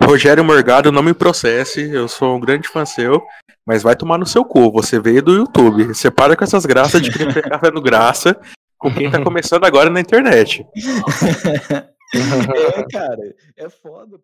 Rogério Morgado, não me processe, eu sou um grande fã seu, mas vai tomar no seu cu, você veio do YouTube. Você para com essas graças de querer ficar fazendo graça com quem tá começando agora na internet. Cara, é foda.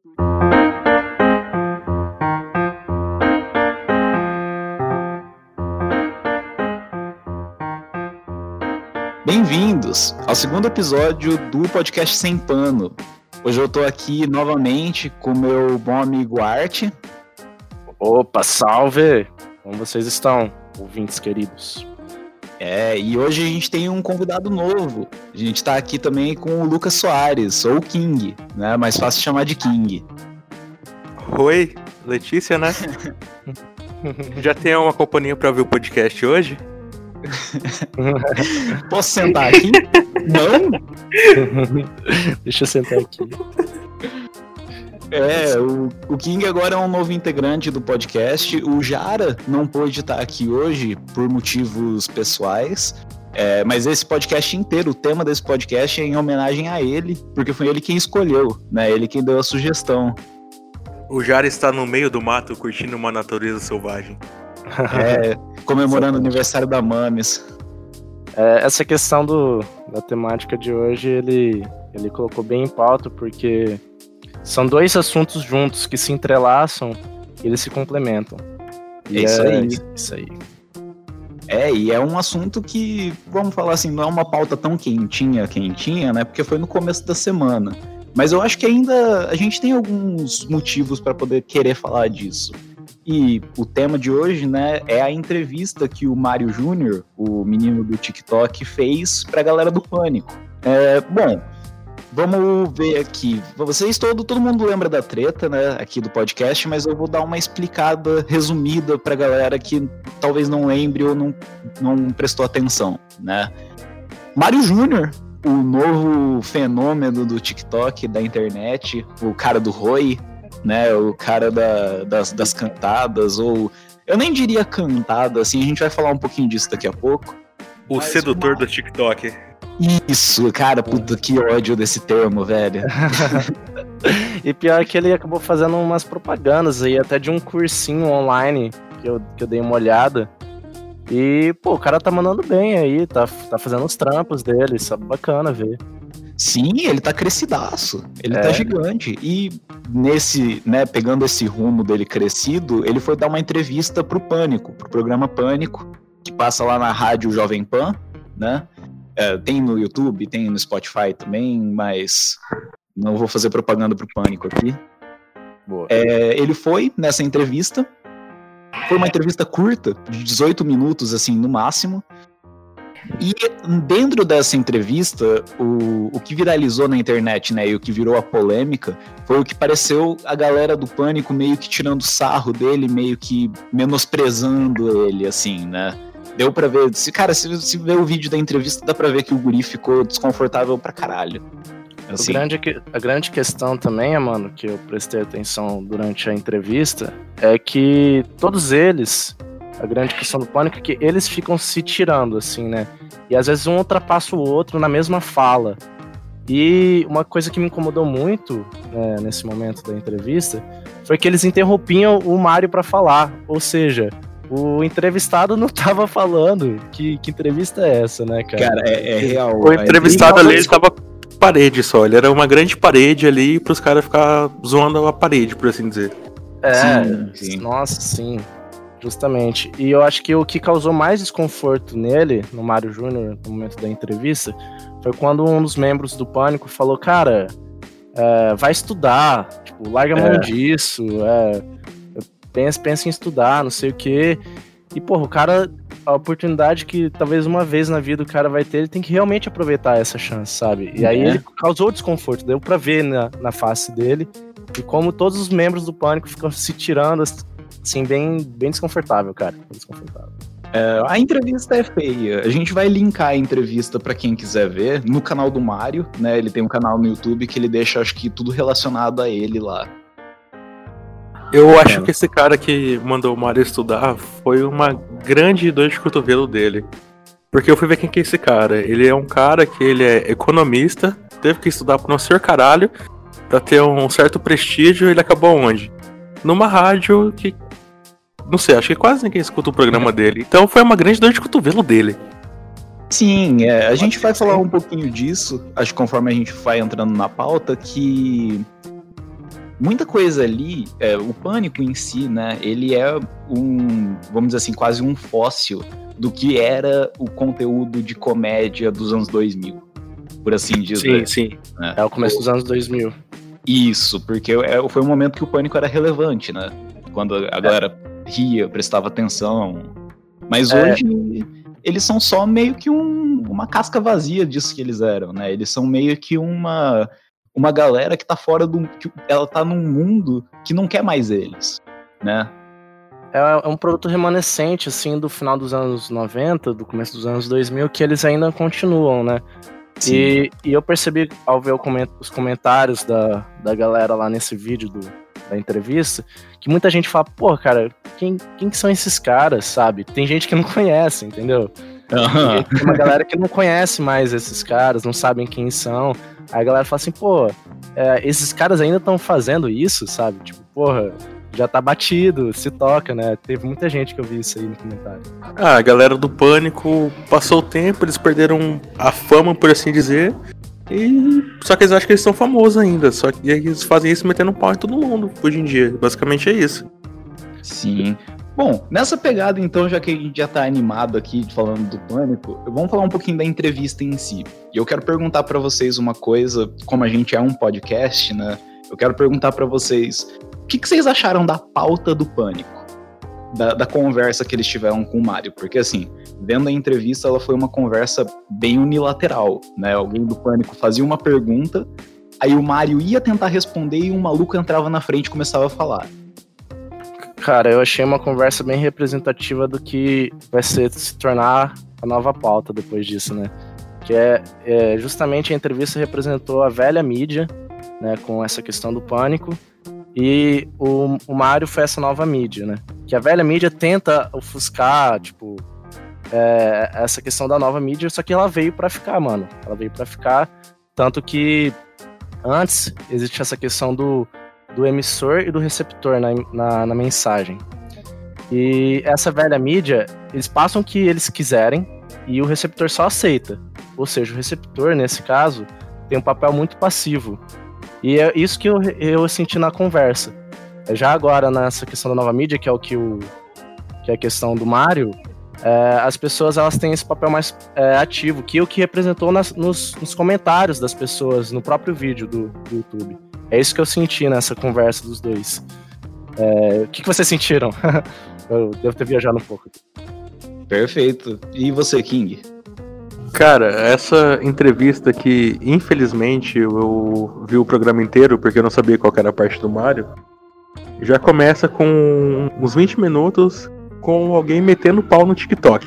Bem-vindos ao segundo episódio do podcast Sem Pano. Hoje eu tô aqui novamente com meu bom amigo Art. Opa, salve! Como vocês estão, ouvintes queridos? E hoje a gente tem um convidado novo. A gente tá aqui também com o Lucas Soares, ou King, né? Mais fácil chamar de King. Oi, Letícia, né? Já tem uma companhia pra ouvir o podcast hoje? Posso sentar aqui? Não? Deixa eu sentar aqui. O King agora é um novo integrante do podcast. O Jara não pôde estar aqui hoje por motivos pessoais. Mas esse podcast inteiro, o tema desse podcast é em homenagem a ele, porque foi ele quem escolheu, né? Ele quem deu a sugestão. O Jara está no meio do mato curtindo uma natureza selvagem. Comemorando o aniversário da Mames. Essa questão da temática de hoje, ele colocou bem em pauta, porque são dois assuntos juntos que se entrelaçam e eles se complementam. E isso aí. Isso aí. E é um assunto que, vamos falar assim, não é uma pauta tão quentinha, né? Porque foi no começo da semana. Mas eu acho que ainda a gente tem alguns motivos para poder querer falar disso. E o tema de hoje, né, é a entrevista que o Mário Júnior, o menino do TikTok, fez pra galera do Pânico. Bom, vamos ver aqui. Vocês, todo mundo lembra da treta, né, aqui do podcast, mas eu vou dar uma explicada resumida pra galera que talvez não lembre ou não prestou atenção, né. Mário Júnior, o novo fenômeno do TikTok, da internet, o cara do Roi, né, o cara das cantadas, ou eu nem diria cantada, assim, a gente vai falar um pouquinho disso daqui a pouco. O sedutor do TikTok. Isso, cara, puta, que ódio desse termo, velho. E pior que ele acabou fazendo umas propagandas aí, até de um cursinho online que eu dei uma olhada. E, pô, o cara tá mandando bem aí, tá fazendo os trampos dele, isso é bacana ver. Sim, ele tá crescidaço, ele tá gigante. E nesse, né, pegando esse rumo dele crescido, ele foi dar uma entrevista pro Pânico, pro programa Pânico, que passa lá na rádio Jovem Pan, né? Tem no YouTube, tem no Spotify também, mas não vou fazer propaganda pro Pânico aqui. Boa. Ele foi nessa entrevista, foi uma entrevista curta, de 18 minutos, assim, no máximo. E dentro dessa entrevista, o que viralizou na internet, né, e o que virou a polêmica, foi o que pareceu a galera do Pânico meio que tirando sarro dele, meio que menosprezando ele, assim, né. Deu pra ver, se ver o vídeo da entrevista, dá pra ver que o guri ficou desconfortável pra caralho. Assim. A grande questão também, mano, que eu prestei atenção durante a entrevista, é que todos eles... A grande questão do Pânico é que eles ficam se tirando, assim, né? E às vezes um ultrapassa o outro na mesma fala. E uma coisa que me incomodou muito, né, nesse momento da entrevista foi que eles interrompiam o Mário pra falar. Ou seja, o entrevistado não tava falando. Que entrevista é essa, né, cara? Cara, é real. O entrevistado ali, ele tava parede só. Ele era uma grande parede ali pros caras ficar zoando a parede, por assim dizer. Sim. Nossa, sim. Justamente. E eu acho que o que causou mais desconforto nele, no Mário Júnior, no momento da entrevista, foi quando um dos membros do Pânico falou, cara, vai estudar, tipo, larga a mão disso, pensa em estudar, não sei o quê. E, porra, o cara, a oportunidade que talvez uma vez na vida o cara vai ter, ele tem que realmente aproveitar essa chance, sabe? E aí ele causou desconforto, deu pra ver na face dele, e como todos os membros do Pânico ficam se tirando, assim, bem desconfortável, cara. Desconfortável. A entrevista é feia. A gente vai linkar a entrevista pra quem quiser ver no canal do Mário, né? Ele tem um canal no YouTube que ele deixa, acho que, tudo relacionado a ele lá. Eu acho que esse cara que mandou o Mário estudar foi uma grande dor de cotovelo dele. Porque eu fui ver quem que é esse cara. Ele é um cara que ele é economista, teve que estudar pro não ser caralho, pra ter um certo prestígio, ele acabou onde? Numa rádio que, não sei, acho que quase ninguém escuta o programa dele. Então foi uma grande dor de cotovelo dele. Sim, a gente vai falar um pouquinho disso, acho que conforme a gente vai entrando na pauta, que muita coisa ali, o Pânico em si, né, ele é vamos dizer assim, quase um fóssil do que era o conteúdo de comédia dos anos 2000, por assim dizer. Sim. Né? É o começo dos anos 2000. Isso, porque foi um momento que o Pânico era relevante, né, quando a galera ria, prestava atenção, mas hoje eles são só meio que uma casca vazia disso que eles eram, né, eles são meio que uma galera que tá fora que ela tá num mundo que não quer mais eles, né? É um produto remanescente, assim, do final dos anos 90, do começo dos anos 2000, que eles ainda continuam, né? E eu percebi, ao ver os comentários da galera lá nesse vídeo da entrevista, que muita gente fala, pô, cara, quem que são esses caras, sabe? Tem gente que não conhece, entendeu? Tem uma galera que não conhece mais esses caras, não sabem quem são. Aí a galera fala assim, pô, esses caras ainda estão fazendo isso, sabe? Tipo, porra, já tá batido, se toca, né? Teve muita gente que eu vi isso aí no comentário. A galera do Pânico passou o tempo, eles perderam a fama, por assim dizer. Só que eles acham que eles são famosos ainda. Só que eles fazem isso metendo um pau em todo mundo hoje em dia. Basicamente é isso. Sim. Bom, nessa pegada então, já que a gente já tá animado aqui falando do Pânico, vamos falar um pouquinho da entrevista em si. E eu quero perguntar pra vocês uma coisa, como a gente é um podcast, né? Eu quero perguntar pra vocês, o que vocês acharam da pauta do Pânico? Da conversa que eles tiveram com o Mário? Porque assim, vendo a entrevista, ela foi uma conversa bem unilateral, né? Alguém do Pânico fazia uma pergunta, aí o Mário ia tentar responder e um maluco entrava na frente e começava a falar. Cara, eu achei uma conversa bem representativa do que vai se tornar a nova pauta depois disso, né? Que justamente a entrevista representou a velha mídia, né, com essa questão do Pânico, e o Mário foi essa nova mídia, né? Que a velha mídia tenta ofuscar, tipo, essa questão da nova mídia, só que ela veio pra ficar, mano. Ela veio pra ficar, tanto que antes existe essa questão do emissor e do receptor na mensagem. E essa velha mídia, eles passam o que eles quiserem e o receptor só aceita. Ou seja, o receptor, nesse caso, tem um papel muito passivo. E é isso que eu senti na conversa. Já agora, nessa questão da nova mídia, que é a questão do Mário, as pessoas elas têm esse papel mais ativo, que é o que representou nos comentários das pessoas, no próprio vídeo do YouTube. É isso que eu senti nessa conversa dos dois. O que vocês sentiram? Eu devo ter viajado um pouco. Perfeito. E você, King? Cara, essa entrevista que, infelizmente, eu vi o programa inteiro, porque eu não sabia qual era a parte do Mário, já começa com uns 20 minutos com alguém metendo pau no TikTok.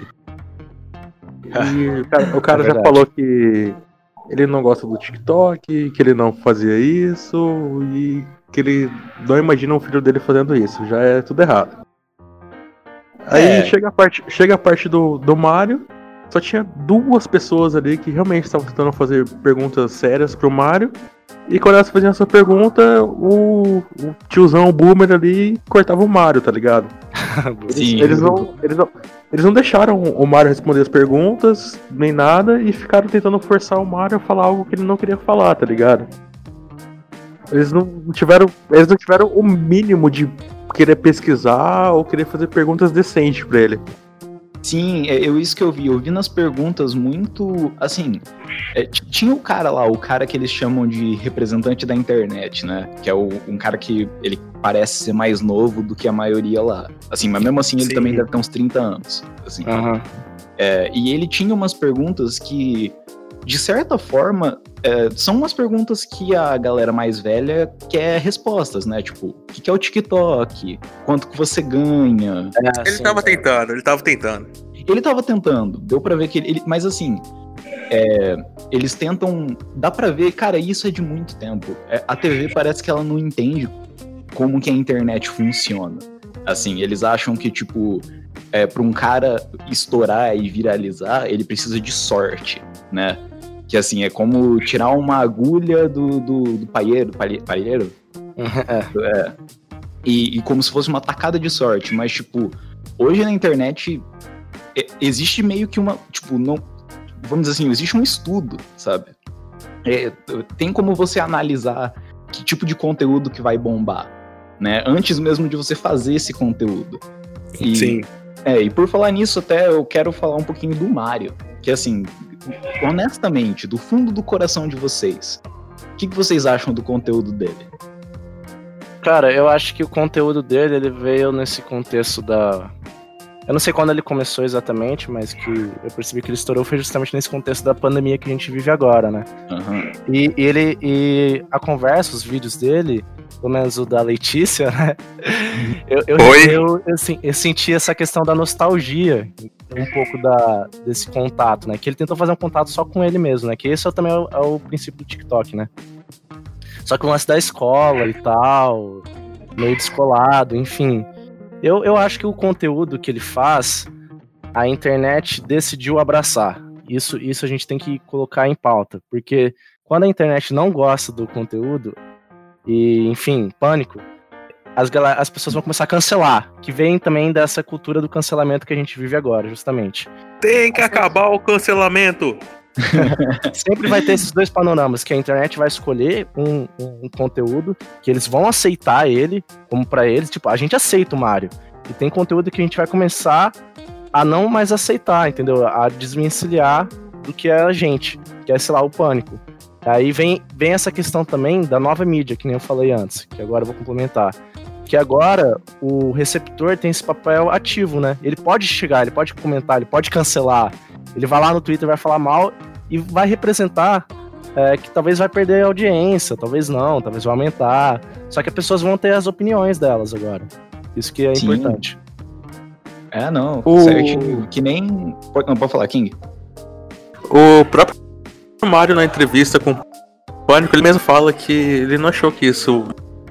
E o cara já falou que ele não gosta do TikTok, que ele não fazia isso e que ele não imagina um filho dele fazendo isso. Já é tudo errado. Aí chega a parte do Mário. Só tinha duas pessoas ali que realmente estavam tentando fazer perguntas sérias pro Mário. E quando elas faziam essa pergunta, o tiozão, o boomer ali, cortava o Mário, tá ligado? Sim. Eles não deixaram o Mário responder as perguntas, nem nada, e ficaram tentando forçar o Mário a falar algo que ele não queria falar, tá ligado? Eles não tiveram o mínimo de querer pesquisar ou querer fazer perguntas decentes pra ele. Sim, isso que eu vi nas perguntas muito, assim, tinha o cara lá, o cara que eles chamam de representante da internet, né, que é um cara que ele parece ser mais novo do que a maioria lá, assim, mas mesmo assim ele também deve ter uns 30 anos, assim. Uhum. E ele tinha umas perguntas que, de certa forma, são umas perguntas que a galera mais velha quer respostas, né? Tipo, o que é o TikTok? Quanto que você ganha? Ele tava tentando. Ele tava tentando, deu pra ver que ele... Mas assim, eles tentam... Dá pra ver, cara, isso é de muito tempo. A TV parece que ela não entende como que a internet funciona. Assim, eles acham que, tipo, pra um cara estourar e viralizar, ele precisa de sorte, né? Que assim, é como tirar uma agulha do palheiro? E como se fosse uma tacada de sorte, mas tipo, hoje na internet existe meio que uma, tipo, não, vamos dizer assim, existe um estudo, sabe? Tem como você analisar que tipo de conteúdo que vai bombar, né? Antes mesmo de você fazer esse conteúdo. Sim. E por falar nisso, até eu quero falar um pouquinho do Mario, que assim, honestamente, do fundo do coração de vocês, o que vocês acham do conteúdo dele? Cara, eu acho que o conteúdo dele, ele veio nesse contexto da... Eu não sei quando ele começou exatamente, mas que eu percebi que ele estourou foi justamente nesse contexto da pandemia que a gente vive agora, né? Uhum. E a conversa, os vídeos dele, pelo menos o da Letícia, né? Eu senti essa questão da nostalgia, um pouco desse contato, né? Que ele tentou fazer um contato só com ele mesmo, né? Que esse também é o princípio do TikTok, né? Só que o lance da escola e tal, meio descolado, enfim. Eu acho que o conteúdo que ele faz, a internet decidiu abraçar. Isso a gente tem que colocar em pauta, porque quando a internet não gosta do conteúdo, e, enfim, pânico, as pessoas vão começar a cancelar, que vem também dessa cultura do cancelamento que a gente vive agora, justamente. Tem que acabar o cancelamento! Sempre vai ter esses dois panoramas, que a internet vai escolher um conteúdo, que eles vão aceitar ele, como pra eles, tipo, a gente aceita o Mario, e tem conteúdo que a gente vai começar a não mais aceitar, entendeu? A desvencilhar do que é a gente, que é, sei lá, o pânico. Aí vem essa questão também da nova mídia, que nem eu falei antes, que agora eu vou complementar. Que agora o receptor tem esse papel ativo, né? Ele pode chegar, ele pode comentar, ele pode cancelar. Ele vai lá no Twitter, vai falar mal e vai representar que talvez vai perder a audiência, talvez não, talvez vai aumentar. Só que as pessoas vão ter as opiniões delas agora. Isso que é importante. Não, certinho. Que nem... Não, pode falar, King. O próprio Mario, na entrevista com o Pânico, ele mesmo fala que ele não achou que isso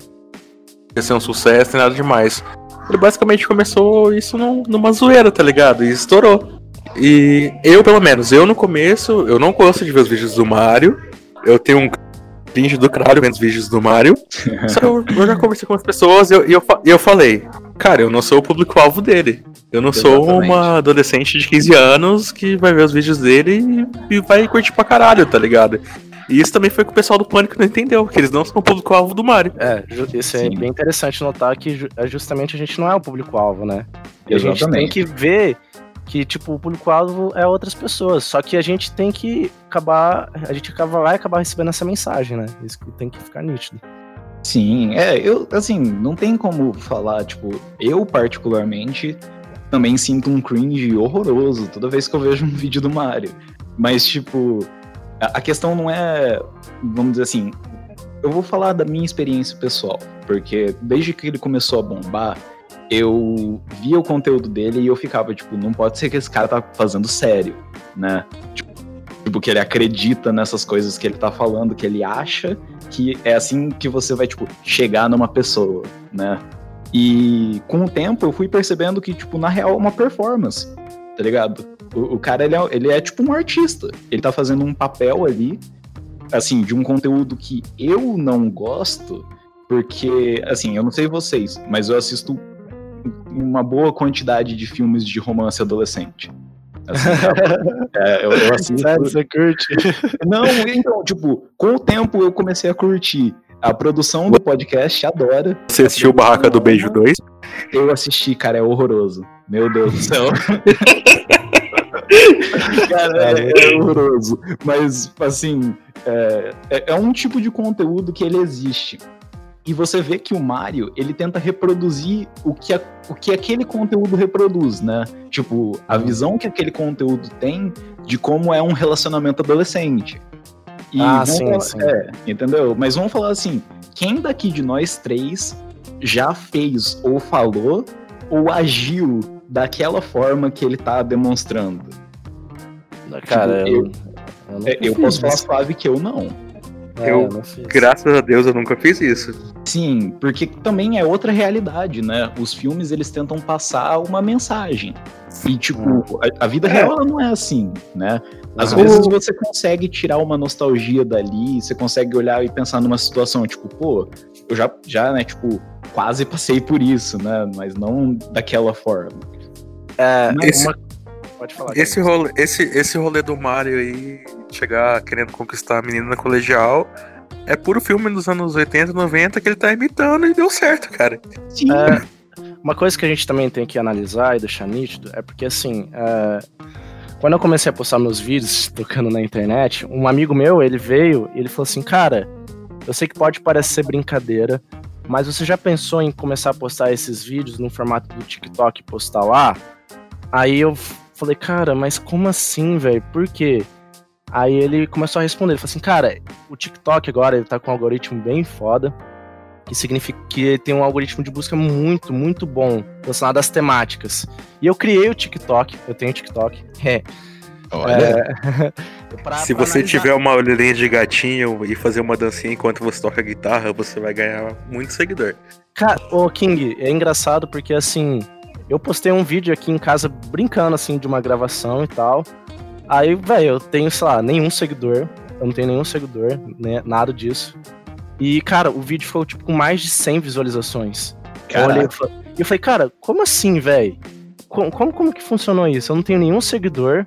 ia ser um sucesso, nem nada demais. Ele basicamente começou isso numa zoeira, tá ligado? E estourou. E eu, pelo menos, no começo, eu não gosto de ver os vídeos do Mario. Eu tenho um cringe do caralho vendo os vídeos do Mario. Só que eu já conversei com as pessoas e eu falei, cara, eu não sou o público-alvo dele. Eu não sou uma adolescente de 15 anos que vai ver os vídeos dele e vai curtir pra caralho, tá ligado? E isso também foi que o pessoal do Pânico não entendeu, que eles não são o público-alvo do Mario. Isso é bem interessante notar que justamente a gente não é o público-alvo, né? E Exatamente. a gente tem que ver que, tipo, o público-alvo é outras pessoas, só que a gente tem que vai acabar recebendo essa mensagem, né? Isso que tem que ficar nítido. Sim, eu, assim, não tem como falar, tipo, eu particularmente também sinto um cringe horroroso toda vez que eu vejo um vídeo do Mario, mas, tipo, a questão não é, vamos dizer assim, eu vou falar da minha experiência pessoal, porque desde que ele começou a bombar, eu via o conteúdo dele e eu ficava, tipo, não pode ser que esse cara tá fazendo sério, né? Tipo, que ele acredita nessas coisas que ele tá falando, que ele acha que é assim que você vai, tipo, chegar numa pessoa, né? E com o tempo eu fui percebendo que, tipo, na real é uma performance, tá ligado? O cara, ele é tipo um artista. Ele tá fazendo um papel ali, assim, de um conteúdo que eu não gosto, porque, assim, eu não sei vocês, mas eu assisto uma boa quantidade de filmes de romance adolescente. Assim, eu assisto... Sério, você curte? Não, então, tipo, com o tempo eu comecei a curtir. A produção do podcast adora. Você assistiu o Barraca do Beijo 2? Eu assisti, cara, é horroroso. Meu Deus do céu. Cara, é horroroso. Mas, assim, é um tipo de conteúdo que ele existe. E você vê que o Mario, ele tenta reproduzir o que aquele conteúdo reproduz, né? Tipo, a visão que aquele conteúdo tem de como é um relacionamento adolescente. E sim. entendeu? Mas vamos falar assim, quem daqui de nós três já fez ou falou ou agiu daquela forma que ele tá demonstrando? Cara, tipo, eu posso falar suave que eu não. não fiz. Graças a Deus, eu nunca fiz isso. Sim, porque também é outra realidade, né? Os filmes, eles tentam passar uma mensagem. E, tipo, a vida real ela não é assim, né? Às vezes você consegue tirar uma nostalgia dali, você consegue olhar e pensar numa situação, tipo, pô, eu já né, tipo, quase passei por isso, né? Mas não daquela forma. Pode falar. Esse rolê do Mario aí, chegar querendo conquistar a menina na colegial, é puro filme dos anos 80, 90 que ele tá imitando e deu certo, cara. Sim. Uma coisa que a gente também tem que analisar e deixar nítido é porque, assim, quando eu comecei a postar meus vídeos tocando na internet, um amigo meu, ele veio e ele falou assim, cara, eu sei que pode parecer brincadeira, mas você já pensou em começar a postar esses vídeos no formato do TikTok e postar lá? Aí eu falei, cara, mas como assim, velho? Por quê? Aí ele começou a responder, ele falou assim, cara, o TikTok agora ele tá com um algoritmo bem foda, que significa que ele tem um algoritmo de busca muito, muito bom relacionado às temáticas. E eu criei o TikTok, eu tenho TikTok. Olha. Se você analisar. Tiver uma olheirinha de gatinho e fazer uma dancinha enquanto você toca guitarra, você vai ganhar muito seguidor. Cara, ô King, é engraçado porque assim, eu postei um vídeo aqui em casa brincando assim de uma gravação e tal. Aí, velho, eu tenho, sei lá, nenhum seguidor. Eu não tenho nenhum seguidor, né, nada disso. E, cara, o vídeo ficou, tipo, com mais de 100 visualizações. Eu falei, cara, como assim, velho? Como que funcionou isso? Eu não tenho nenhum seguidor.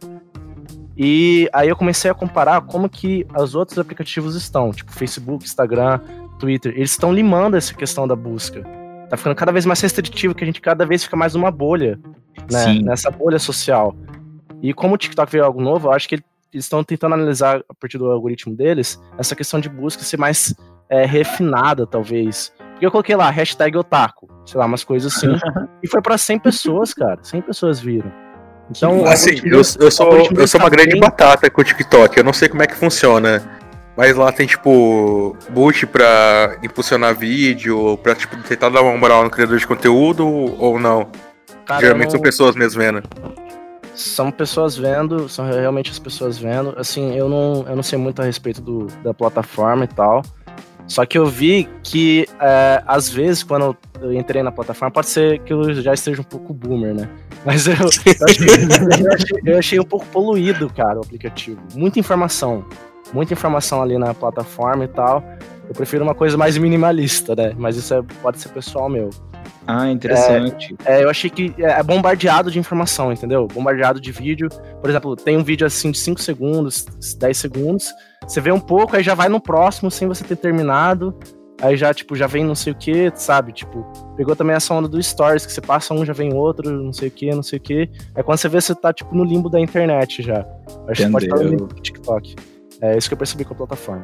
E aí eu comecei a comparar como que os outros aplicativos estão. Tipo, Facebook, Instagram, Twitter. Eles estão limando essa questão da busca. Tá ficando cada vez mais restritivo, que a gente cada vez fica mais numa bolha, né? Sim. Nessa bolha social. E como o TikTok veio algo novo, eu acho que eles estão tentando analisar, a partir do algoritmo deles, essa questão de busca ser mais refinada, talvez. Porque eu coloquei lá, hashtag otaku, sei lá, umas coisas assim, e foi pra 100 pessoas, cara. 100 pessoas viram. Então, assim, eu sou uma grande batata com o TikTok, eu não sei como é que funciona. Mas lá tem, tipo, boot pra impulsionar vídeo, pra, tipo, tentar dar uma moral no criador de conteúdo, ou não? Cara, geralmente são pessoas mesmo vendo. São pessoas vendo, são realmente as pessoas vendo. Assim, eu não sei muito a respeito da plataforma e tal. Só que eu vi que, às vezes, quando eu entrei na plataforma, pode ser que eu já esteja um pouco boomer, né? Mas eu achei um pouco poluído, cara, o aplicativo. Muita informação ali na plataforma e tal. Eu prefiro uma coisa mais minimalista, né? Mas isso pode ser pessoal meu. Ah, interessante. Eu achei que é bombardeado de informação, entendeu? Bombardeado de vídeo. Por exemplo, tem um vídeo assim de 5 segundos, 10 segundos. Você vê um pouco, aí já vai no próximo sem você ter terminado. Aí já, tipo, já vem não sei o que, sabe? Tipo, pegou também essa onda do Stories, que você passa um, já vem outro, não sei o que. Aí quando você vê, você tá, tipo, no limbo da internet já. Acho que pode estar no limbo do TikTok. É isso que eu percebi com a plataforma.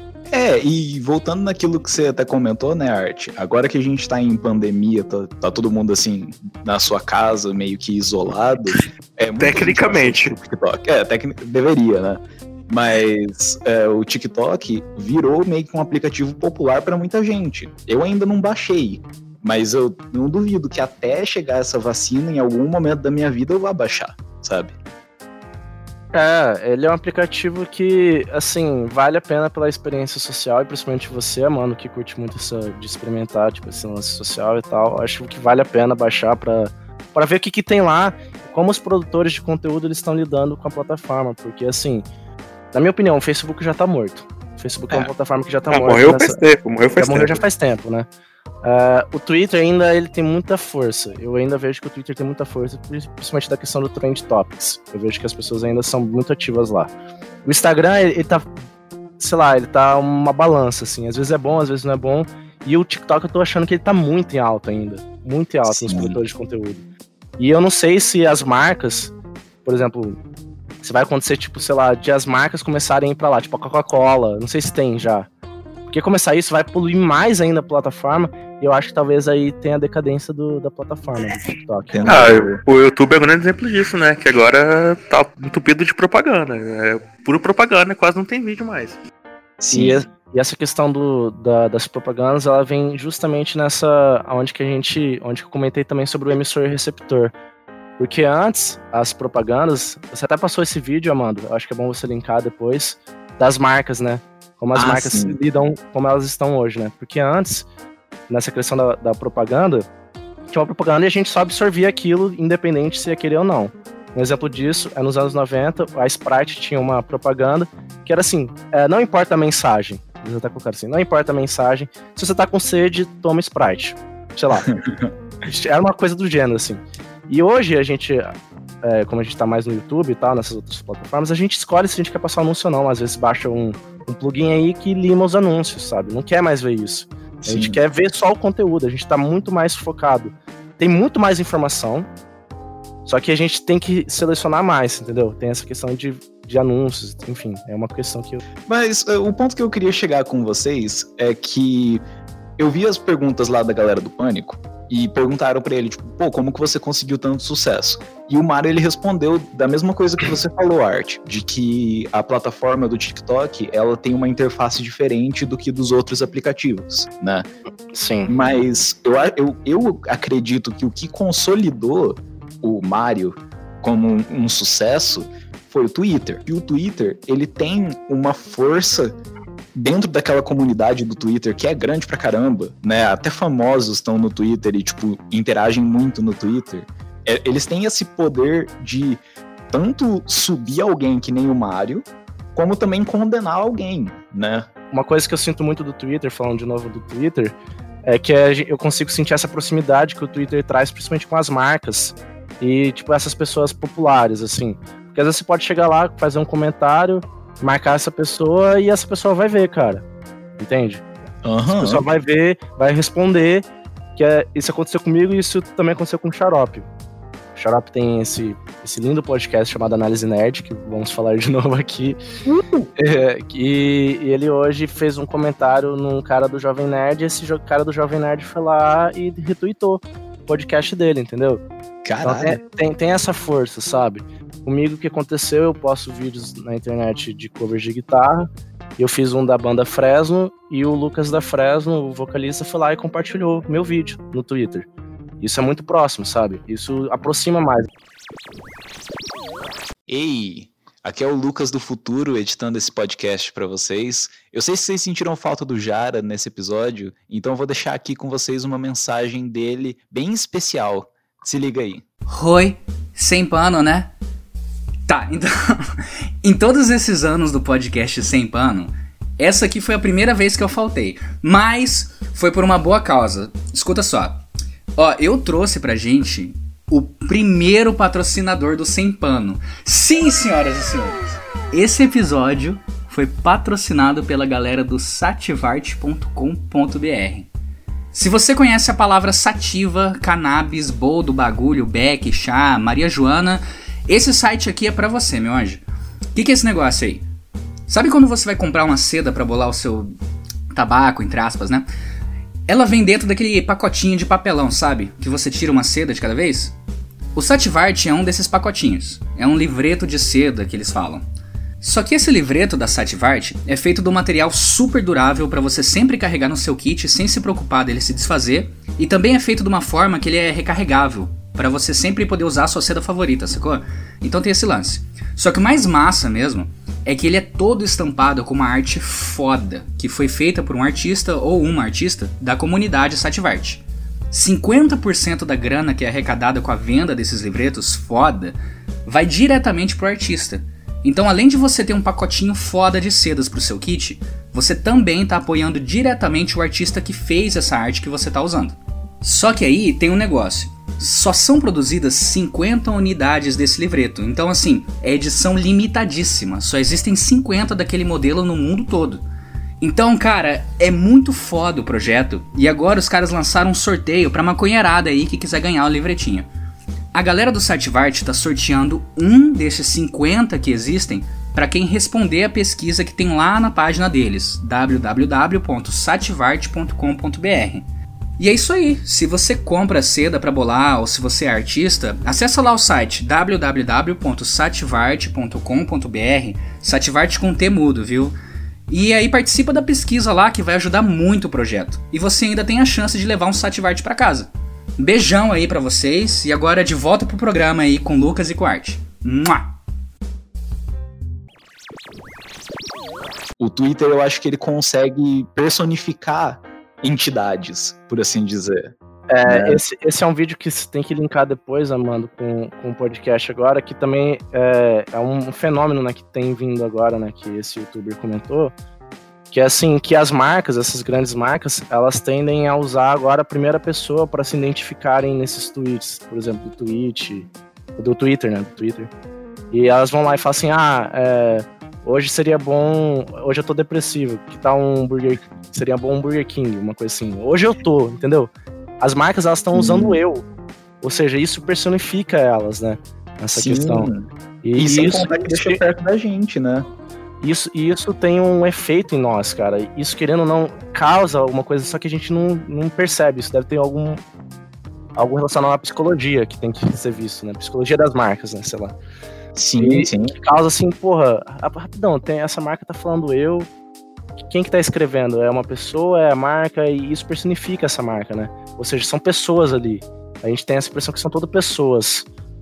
E voltando naquilo que você até comentou, né, Art? Agora que a gente tá em pandemia, tá todo mundo, assim, na sua casa, meio que isolado. Tecnicamente. TikTok. Deveria, né? Mas o TikTok virou meio que um aplicativo popular para muita gente. Eu ainda não baixei, mas eu não duvido que até chegar essa vacina, em algum momento da minha vida, eu vá baixar, sabe? Ele é um aplicativo que, assim, vale a pena pela experiência social, e principalmente você, mano, que curte muito de experimentar, tipo, esse lance social e tal. Acho que vale a pena baixar pra ver o que tem lá, como os produtores de conteúdo eles estão lidando com a plataforma, porque, assim, na minha opinião, o Facebook já tá morto. O Facebook é uma plataforma que já tá morta. Morreu já faz tempo, né? O Twitter ainda ele tem muita força. Eu ainda vejo que o Twitter tem muita força, principalmente da questão do Trend Topics. Eu vejo que as pessoas ainda são muito ativas lá. O Instagram, ele tá, sei lá, ele tá uma balança, assim. Às vezes é bom, às vezes não é bom. E o TikTok eu tô achando que ele tá muito em alta ainda. Muito em alta. Sim. Nos produtores de conteúdo. E eu não sei se as marcas, por exemplo, se vai acontecer, tipo, sei lá, de as marcas começarem a ir pra lá, tipo a Coca-Cola, não sei se tem já. Porque começar isso vai poluir mais ainda a plataforma, e eu acho que talvez aí tenha a decadência da plataforma, do TikTok. O YouTube é um grande exemplo disso, né? Que agora tá entupido de propaganda. É puro propaganda, quase não tem vídeo mais. Sim. E essa questão das propagandas, ela vem justamente nessa, onde eu comentei também sobre o emissor e receptor. Porque antes, as propagandas, você até passou esse vídeo, Amando, eu acho que é bom você linkar depois, das marcas, né? como as marcas lidam, como elas estão hoje, né? Porque antes, nessa questão da propaganda, tinha uma propaganda e a gente só absorvia aquilo, independente se ia querer ou não. Um exemplo disso é nos anos 90, a Sprite tinha uma propaganda que era assim, não importa a mensagem, você tá colocando assim, não importa a mensagem, se você tá com sede, toma Sprite. Sei lá. Era uma coisa do gênero, assim. E hoje a gente, como a gente tá mais no YouTube e tal, nessas outras plataformas, a gente escolhe se a gente quer passar anúncio ou não. Às vezes baixa um plugin aí que lima os anúncios, sabe? Não quer mais ver isso. A gente quer ver só o conteúdo, a gente tá muito mais focado. Tem muito mais informação, só que a gente tem que selecionar mais, entendeu? Tem essa questão de anúncios, enfim, é uma questão que eu... Mas o ponto que eu queria chegar com vocês é que eu vi as perguntas lá da galera do Pânico e perguntaram pra ele, tipo, pô, como que você conseguiu tanto sucesso? E o Mário, ele respondeu da mesma coisa que você falou, Art, de que a plataforma do TikTok, ela tem uma interface diferente do que dos outros aplicativos, né? Sim. Mas eu acredito que o que consolidou o Mário como um sucesso foi o Twitter. E o Twitter, ele tem uma força dentro daquela comunidade do Twitter que é grande pra caramba, né? Até famosos estão no Twitter e, tipo, interagem muito no Twitter. Eles têm esse poder de tanto subir alguém que nem o Mário, como também condenar alguém, né? Uma coisa que eu sinto muito do Twitter, falando de novo do Twitter, é que eu consigo sentir essa proximidade que o Twitter traz, principalmente com as marcas e, tipo, essas pessoas populares, assim. Porque às vezes você pode chegar lá, fazer um comentário, marcar essa pessoa e essa pessoa vai ver, cara. Entende? Essa pessoa vai ver, vai responder, que isso aconteceu comigo e isso também aconteceu com o Xarope. O Xarope tem esse lindo podcast chamado Análise Nerd, que vamos falar de novo aqui. E ele hoje fez um comentário num cara do Jovem Nerd, e esse cara do Jovem Nerd foi lá e retweetou o podcast dele, entendeu? Caralho. Então tem essa força, sabe? Comigo o que aconteceu, eu posto vídeos na internet de covers de guitarra, eu fiz um da banda Fresno, e o Lucas da Fresno, o vocalista, foi lá e compartilhou meu vídeo no Twitter. Isso é muito próximo, sabe? Isso aproxima mais. Ei, aqui é o Lucas do Futuro editando esse podcast pra vocês. Eu sei se vocês sentiram falta do Jara nesse episódio, então eu vou deixar aqui com vocês uma mensagem dele bem especial. Se liga aí. Oi, sem pano, né? Tá, então, em todos esses anos do podcast Sem Pano, essa aqui foi a primeira vez que eu faltei, mas foi por uma boa causa. Escuta só. Ó, eu trouxe pra gente o primeiro patrocinador do Sem Pano. Sim, senhoras e senhores. Esse episódio foi patrocinado pela galera do sativart.com.br. Se você conhece a palavra sativa, cannabis, boldo, bagulho, beck, chá, Maria Joana, esse site aqui é pra você, meu anjo. O que é esse negócio aí? Sabe quando você vai comprar uma seda pra bolar o seu tabaco, entre aspas, né? Ela vem dentro daquele pacotinho de papelão, sabe? Que você tira uma seda de cada vez. O Sativart é um desses pacotinhos. É um livreto de seda que eles falam. Só que esse livreto da Sativart é feito de um material super durável para você sempre carregar no seu kit sem se preocupar dele se desfazer. E também é feito de uma forma que ele é recarregável, para você sempre poder usar a sua seda favorita, sacou? Então tem esse lance. Só que o mais massa mesmo é que ele é todo estampado com uma arte foda, que foi feita por um artista ou uma artista da comunidade Sativart. 50% da grana que é arrecadada com a venda desses livretos foda vai diretamente pro artista. Então, além de você ter um pacotinho foda de sedas pro seu kit, você também tá apoiando diretamente o artista que fez essa arte que você tá usando. Só que aí tem um negócio. Só são produzidas 50 unidades desse livreto. Então, assim, é edição limitadíssima. Só existem 50 daquele modelo no mundo todo. Então, cara, é muito foda o projeto. E agora os caras lançaram um sorteio pra maconheirada aí que quiser ganhar o livretinho. A galera do Sativart tá sorteando um desses 50 que existem para quem responder a pesquisa que tem lá na página deles, www.sativart.com.br. E é isso aí, se você compra seda pra bolar ou se você é artista, acessa lá o site www.sativart.com.br, Sativart com T mudo, viu? E aí participa da pesquisa lá que vai ajudar muito o projeto. E você ainda tem a chance de levar um Sativart pra casa. Beijão aí pra vocês e agora de volta pro programa aí com Lucas e com Art. Mua! O O Twitter, eu acho que ele consegue personificar entidades, por assim dizer. Esse é um vídeo que você tem que linkar depois, Amando, com o podcast agora, que também é um fenômeno, né, que tem vindo agora, né, que esse youtuber comentou, que é assim, que as marcas, essas grandes marcas, elas tendem a usar agora a primeira pessoa para se identificarem nesses tweets, por exemplo, do Twitter, né, do Twitter. E elas vão lá e falam assim, hoje seria bom, hoje eu tô depressivo, que tal seria bom um Burger King, uma coisa assim. Hoje eu tô, entendeu? As marcas, elas estão usando eu. Ou seja, isso personifica elas, né? Nessa questão. E sem contar que deixa perto da gente, né? Isso tem um efeito em nós, cara. Isso, querendo ou não, causa alguma coisa, só que a gente não percebe. Isso deve ter algo relacionado à psicologia que tem que ser visto, né? Psicologia das marcas, né? Sei lá. Sim. Que causa assim, porra, rapidão, essa marca tá falando eu. Quem que tá escrevendo? É uma pessoa, é a marca, e isso personifica essa marca, né? Ou seja, são pessoas ali. A gente tem essa impressão que são todas pessoas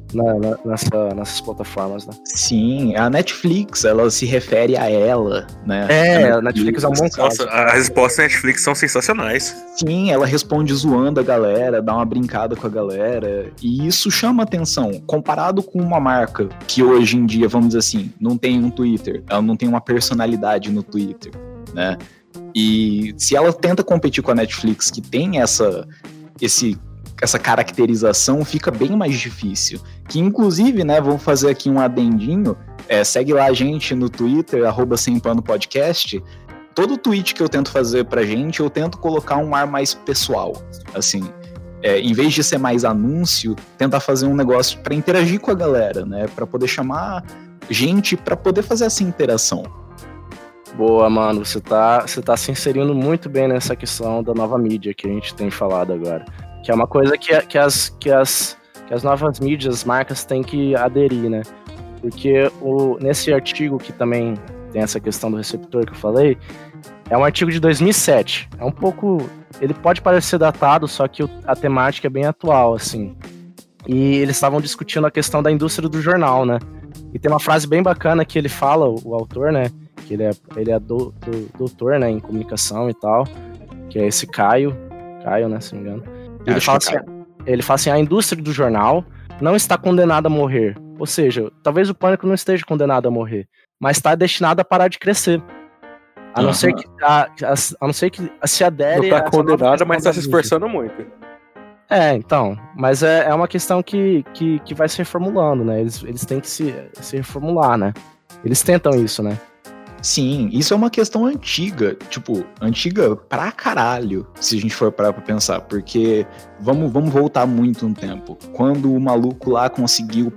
nessas plataformas, né? Sim, a Netflix, ela se refere a ela, né? A Netflix é um bom caso. Nossa, as respostas da Netflix são sensacionais. Sim, ela responde zoando a galera, dá uma brincada com a galera, e isso chama atenção. Comparado com uma marca que hoje em dia, vamos dizer assim, não tem um Twitter, ela não tem uma personalidade no Twitter, né? E se ela tenta competir com a Netflix, que tem essa caracterização, fica bem mais difícil. Que inclusive, né, vou fazer aqui um adendinho, segue lá a gente no Twitter, @sempanopodcast. Todo tweet que eu tento fazer pra gente, eu tento colocar um ar mais pessoal, assim, em vez de ser mais anúncio, tentar fazer um negócio pra interagir com a galera, né, pra poder chamar gente pra poder fazer essa interação. Boa, mano, você tá se inserindo muito bem nessa questão da nova mídia que a gente tem falado agora. Que é uma coisa que as novas mídias, as marcas têm que aderir, né? Porque nesse artigo que também tem essa questão do receptor que eu falei, é um artigo de 2007. É um pouco... Ele pode parecer datado, só que a temática é bem atual, assim. E eles estavam discutindo a questão da indústria do jornal, né? E tem uma frase bem bacana que ele fala, o autor, né? Que ele é doutor, né, em comunicação e tal. Que é esse Caio, né, se não me engano. Ele fala assim, a indústria do jornal não está condenada a morrer. Ou seja, talvez o Pânico não esteja condenado a morrer, mas está destinado a parar de crescer. A não ser que se adere... Não está condenada, mas está se esforçando muito. Então, mas é uma questão que vai se reformulando, né? Eles têm que se reformular, né? Eles tentam isso, né? Sim, isso é uma questão antiga, antiga pra caralho, se a gente for parar pra pensar, porque vamos voltar muito no tempo. Quando o maluco lá conseguiu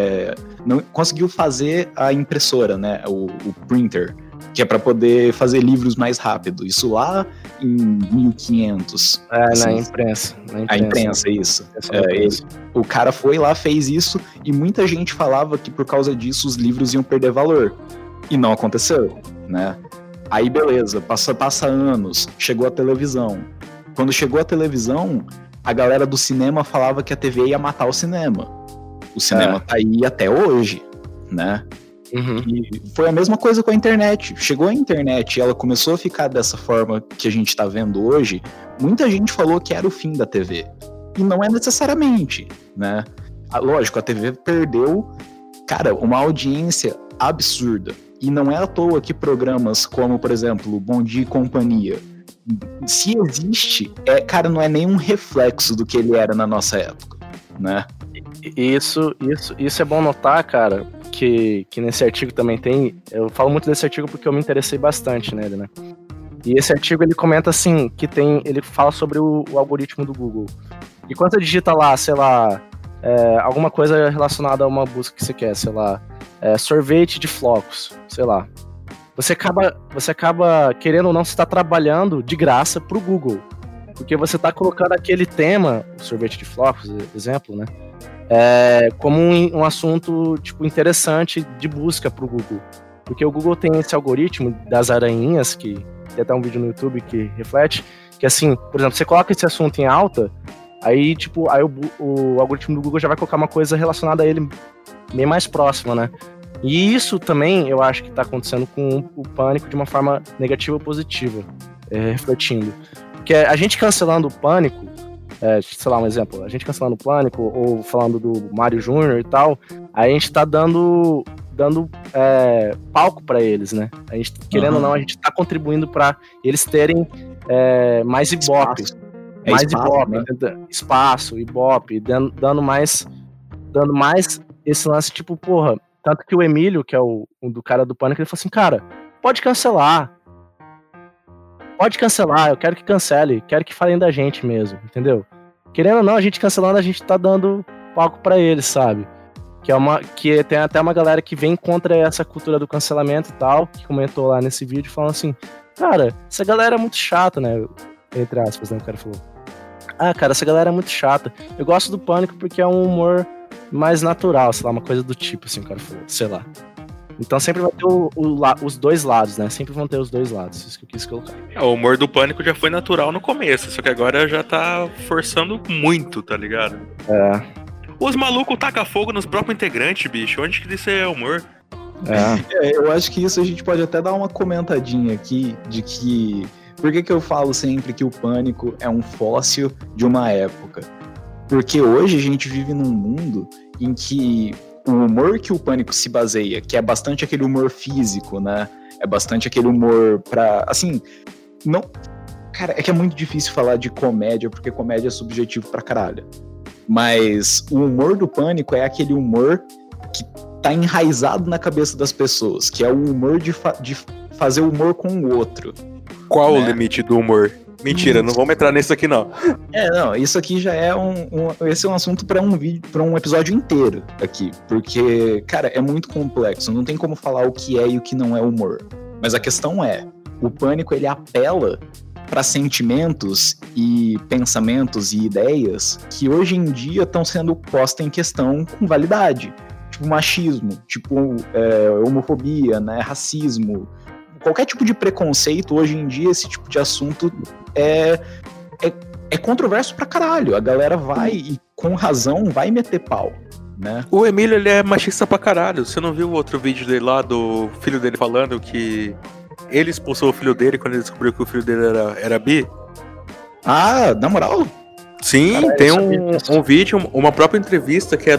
fazer a impressora, né, o printer, que é pra poder fazer livros mais rápido, isso lá em 1500. Assim, na imprensa. A imprensa, isso. O cara foi lá, fez isso, e muita gente falava que por causa disso os livros iam perder valor. E não aconteceu, né? Aí beleza, passa anos, chegou a televisão. Quando chegou a televisão, a galera do cinema falava que a TV ia matar o cinema. O cinema tá aí até hoje, né? Uhum. E foi a mesma coisa com a internet. Chegou a internet e ela começou a ficar dessa forma que a gente tá vendo hoje. Muita gente falou que era o fim da TV. E não é necessariamente, né? Lógico, a TV perdeu, cara, uma audiência absurda. E não é à toa que programas como, por exemplo, Bom Dia e Companhia, se existe, cara, não é nenhum reflexo do que ele era na nossa época, né? Isso é bom notar, cara, que nesse artigo também tem... Eu falo muito desse artigo porque eu me interessei bastante nele, né? E esse artigo, ele comenta assim, ele fala sobre o algoritmo do Google. E quando você digita lá, sei lá, alguma coisa relacionada a uma busca que você quer, sei lá, sorvete de flocos, sei lá. Você acaba, querendo ou não, você está trabalhando de graça pro Google. Porque você está colocando aquele tema, o sorvete de flocos, exemplo, né? Como um assunto, tipo, interessante de busca pro Google. Porque o Google tem esse algoritmo das aranhinhas, que tem até um vídeo no YouTube que reflete, que assim, por exemplo, você coloca esse assunto em alta, aí o algoritmo do Google já vai colocar uma coisa relacionada a ele bem mais próxima, né? E isso também eu acho que tá acontecendo com o Pânico de uma forma negativa ou positiva, refletindo. Porque a gente cancelando o Pânico, sei lá, um exemplo, a gente cancelando o Pânico ou falando do Mário Júnior e tal, a gente tá dando palco pra eles, né? A gente, querendo ou não, a gente tá contribuindo pra eles terem mais ibope. Mais ibope, né? Espaço, ibope, dando mais esse lance, tipo, porra. Tanto que o Emílio, que é o do cara do Pânico, ele falou assim, cara, pode cancelar, eu quero que cancele, quero que falem da gente mesmo, entendeu? Querendo ou não, a gente cancelando, a gente tá dando palco pra eles, sabe? Que tem até uma galera que vem contra essa cultura do cancelamento e tal, que comentou lá nesse vídeo, falando assim, cara, essa galera é muito chata, né? Entre aspas, né? O cara falou. Ah, cara, essa galera é muito chata. Eu gosto do Pânico porque é um humor mais natural, sei lá, uma coisa do tipo, assim, o cara falou, sei lá. Então sempre vai ter os dois lados, né? Sempre vão ter os dois lados, isso que eu quis colocar. O humor do Pânico já foi natural no começo, só que agora já tá forçando muito, tá ligado? Os malucos tacam fogo nos próprios integrantes, bicho. Onde que isso é humor? Eu acho que isso a gente pode até dar uma comentadinha aqui de que... Por que eu falo sempre que o Pânico é um fóssil de uma época? Porque hoje a gente vive num mundo em que o humor que o Pânico se baseia, que é bastante aquele humor físico, né? É bastante aquele humor pra... Assim, não... Cara, é que é muito difícil falar de comédia, porque comédia é subjetivo pra caralho. Mas o humor do Pânico é aquele humor que tá enraizado na cabeça das pessoas, que é o humor de fazer humor com o outro. Qual o limite do humor? Mentira, não vamos entrar nisso aqui não. Não, isso aqui já é esse é um assunto para um vídeo, para um episódio inteiro aqui, porque, cara, é muito complexo, não tem como falar o que é e o que não é humor. Mas a questão é, o Pânico, ele apela para sentimentos e pensamentos e ideias que hoje em dia estão sendo postas em questão com validade, tipo machismo, tipo homofobia, né, racismo. Qualquer tipo de preconceito, hoje em dia, esse tipo de assunto é controverso pra caralho. A galera vai, e com razão, vai meter pau, né? O Emílio, ele é machista pra caralho. Você não viu o outro vídeo dele lá, do filho dele falando que ele expulsou o filho dele quando ele descobriu que o filho dele era bi? Ah, na moral? Sim, caralho, tem um vídeo, uma própria entrevista que é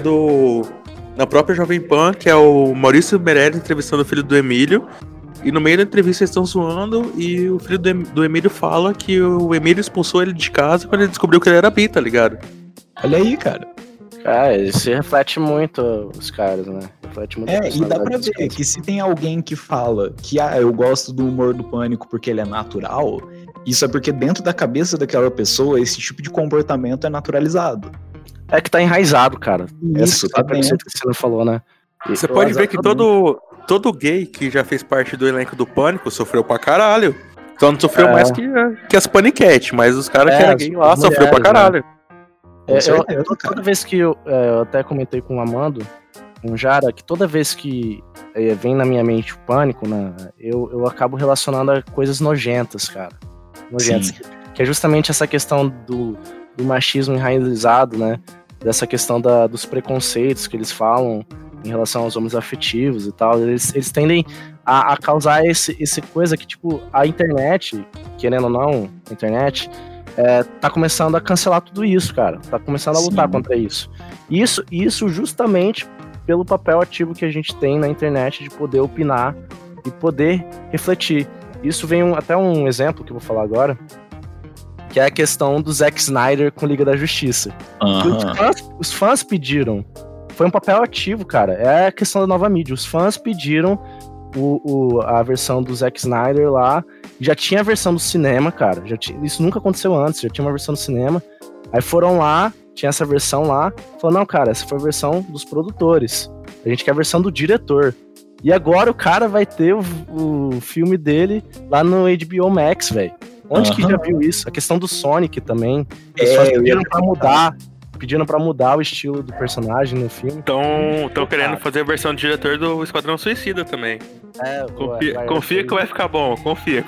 na própria Jovem Pan, que é o Maurício Meirelles entrevistando o filho do Emílio. E no meio da entrevista eles estão zoando e o filho do Emílio fala que o Emílio expulsou ele de casa quando ele descobriu que ele era bi, tá ligado? Olha aí, cara. Isso reflete muito os caras, né? Reflete muito e dá pra ver que se tem alguém que fala que eu gosto do humor do Pânico porque ele é natural, isso é porque dentro da cabeça daquela pessoa esse tipo de comportamento é naturalizado. É que tá enraizado, cara. Isso, tá dentro. Que você não falou, né? Você pode ver que todo gay que já fez parte do elenco do Pânico sofreu pra caralho. Então não sofreu mais que as paniquetes, mas os caras que eram gay lá sofreu pra caralho. Né? Toda vez que eu até comentei com o Amando, com o Jara, que toda vez que vem na minha mente o Pânico, né, eu acabo relacionando a coisas nojentas, cara. Nojentas. Sim. Que é justamente essa questão do machismo enraizado, né? Dessa questão dos preconceitos que eles falam em relação aos homens afetivos e tal, eles tendem a causar esse coisa que, tipo, a internet, querendo ou não, a internet tá começando a cancelar tudo isso, cara. Tá começando a lutar contra isso. Isso justamente pelo papel ativo que a gente tem na internet de poder opinar e poder refletir. Isso vem até um exemplo que eu vou falar agora, que é a questão do Zack Snyder com Liga da Justiça. Os fãs pediram. Foi um papel ativo, cara. É a questão da nova mídia. Os fãs pediram a versão do Zack Snyder lá. Já tinha a versão do cinema, cara. Isso nunca aconteceu antes. Já tinha uma versão do cinema. Aí foram lá, tinha essa versão lá. Falou, não, cara, essa foi a versão dos produtores. A gente quer a versão do diretor. E agora o cara vai ter o filme dele lá no HBO Max, velho. Onde que já viu isso? A questão do Sonic também. Os fãs pediram pra mudar o estilo do personagem no filme. Estão querendo fazer a versão do diretor do Esquadrão Suicida também. Confia que vai ficar bom. Confia.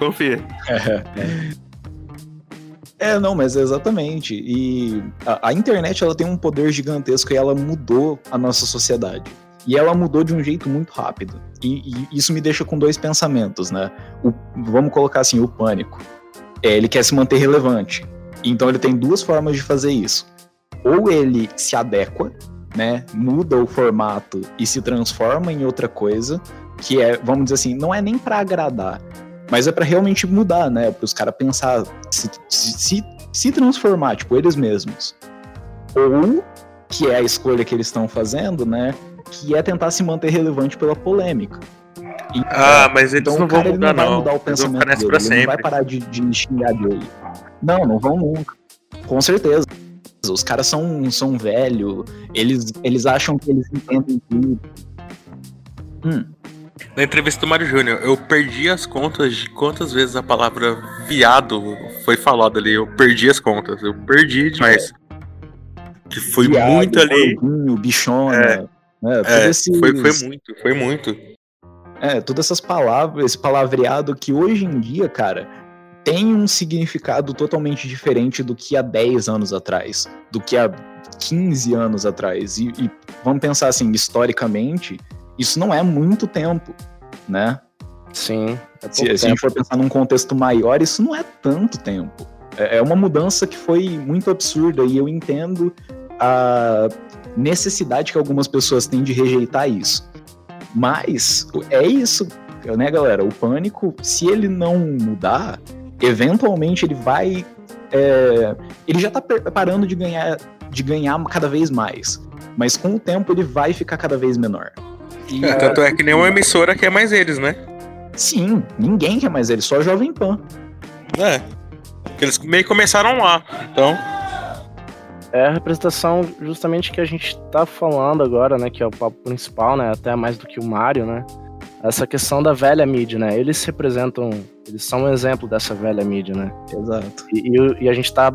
Não, mas exatamente. E a internet, ela tem um poder gigantesco e ela mudou a nossa sociedade. E ela mudou de um jeito muito rápido. E isso me deixa com dois pensamentos, né? Vamos colocar assim, o Pânico. Ele quer se manter relevante. Então ele tem duas formas de fazer isso. Ou ele se adequa, né? Muda o formato e se transforma em outra coisa, que é, vamos dizer assim, não é nem pra agradar, mas é pra realmente mudar, né? Para os caras pensar, se transformar, tipo, eles mesmos. Ou, que é a escolha que eles estão fazendo, né? Que é tentar se manter relevante pela polêmica. Então, mas eles então, não vão mudar, não. Vai mudar o pensamento dele, pra ele sempre. não vai parar de xingar dele. Não vão nunca. Com certeza. Os caras são velhos, eles acham que eles entendem tudo. Na entrevista do Mário Júnior, eu perdi as contas de quantas vezes a palavra viado foi falada ali. Eu perdi as contas, eu perdi demais. Que foi viado, muito ali. Gordinho, bichona. Foi muito. Todas essas palavras, esse palavreado que hoje em dia, cara, tem um significado totalmente diferente do que há 10 anos atrás, do que há 15 anos atrás. E vamos pensar assim, historicamente, isso não é muito tempo, né? Sim. Se a gente for pensar num contexto maior, isso não é tanto tempo. É uma mudança que foi muito absurda e eu entendo a necessidade que algumas pessoas têm de rejeitar isso. Mas é isso, né, galera? O Pânico, se ele não mudar, eventualmente ele vai... ele já tá parando de ganhar cada vez mais. Mas com o tempo ele vai ficar cada vez menor. Tanto é que nenhuma emissora quer mais eles, né? Sim, ninguém quer mais eles, só a Jovem Pan. Porque eles meio que começaram lá, então... É a representação justamente que a gente tá falando agora, né, que é o papo principal, né, até mais do que o Mário, né, essa questão da velha mídia, né, eles representam, eles são um exemplo dessa velha mídia, né. Exato. E a gente tá,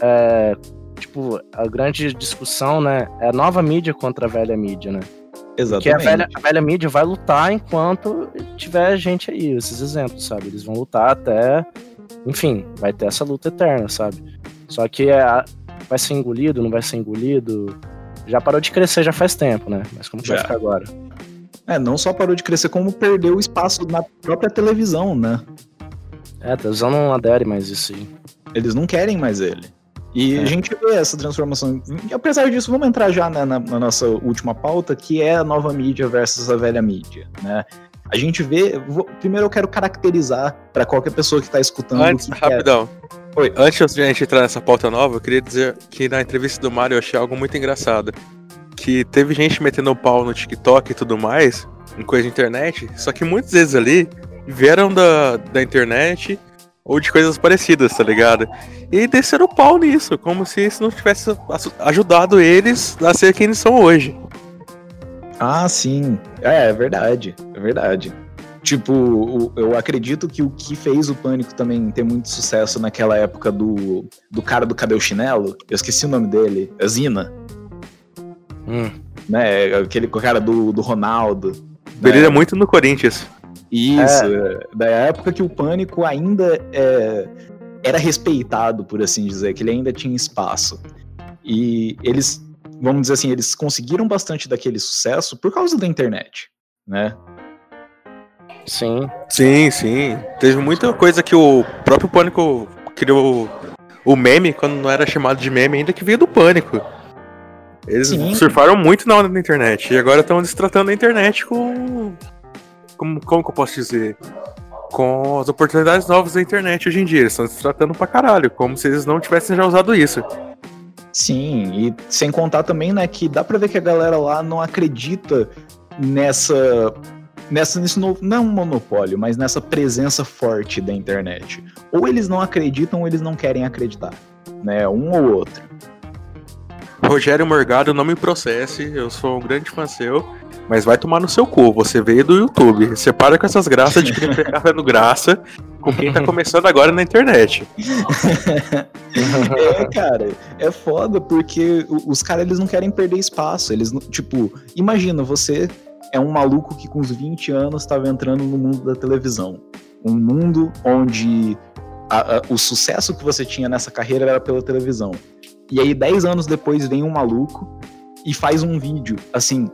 tipo, a grande discussão, né, é a nova mídia contra a velha mídia, né. Exatamente. Porque a velha mídia vai lutar enquanto tiver gente aí, esses exemplos, sabe, eles vão lutar até, enfim, vai ter essa luta eterna, sabe. Só que vai ser engolido, não vai ser engolido? Já parou de crescer já faz tempo, né? Mas como vai ficar agora? Não só parou de crescer, como perdeu espaço na própria televisão, né? A televisão não adere mais isso aí. Eles não querem mais ele. E a gente vê essa transformação. E apesar disso, vamos entrar já na nossa última pauta, que é a nova mídia versus a velha mídia, né? A gente vê... Primeiro eu quero caracterizar para qualquer pessoa que tá escutando... Rapidão. Oi, antes de a gente entrar nessa pauta nova, eu queria dizer que na entrevista do Mário eu achei algo muito engraçado. Que teve gente metendo o pau no TikTok e tudo mais, em coisa de internet, só que muitas vezes ali vieram da internet ou de coisas parecidas, tá ligado? E desceram o pau nisso, como se isso não tivesse ajudado eles a ser quem eles são hoje. Ah, sim. É verdade. Tipo, eu acredito que o que fez o Pânico também ter muito sucesso naquela época do cara do Cadê o Chinelo, eu esqueci o nome dele, é Zina. Né, aquele cara do Ronaldo. Brilha muito no Corinthians. Isso, da época que o Pânico ainda era respeitado, por assim dizer, que ele ainda tinha espaço. E eles, vamos dizer assim, eles conseguiram bastante daquele sucesso por causa da internet, né? Sim. Teve muita coisa que o próprio Pânico criou o meme, quando não era chamado de meme ainda, que veio do Pânico. Eles surfaram muito na onda da internet. E agora estão destratando a internet com... Como que eu posso dizer? Com as oportunidades novas da internet hoje em dia. Eles estão destratando pra caralho, como se eles não tivessem já usado isso. Sim, e sem contar também, né, que dá pra ver que a galera lá não acredita nesse novo, não um monopólio, mas nessa presença forte da internet. Ou eles não acreditam ou eles não querem acreditar, né? Um ou outro. Rogério Morgado, não me processe, eu sou um grande fã seu, mas vai tomar no seu cu, você veio do YouTube. Você para com essas graças de querer ficar fazendo graça com quem tá começando agora na internet. Cara, é foda porque os caras, eles não querem perder espaço. Eles, tipo, imagina, você é um maluco que com uns 20 anos estava entrando no mundo da televisão. Um mundo onde o sucesso que você tinha nessa carreira era pela televisão. E aí 10 anos depois vem um maluco e faz um vídeo, assim,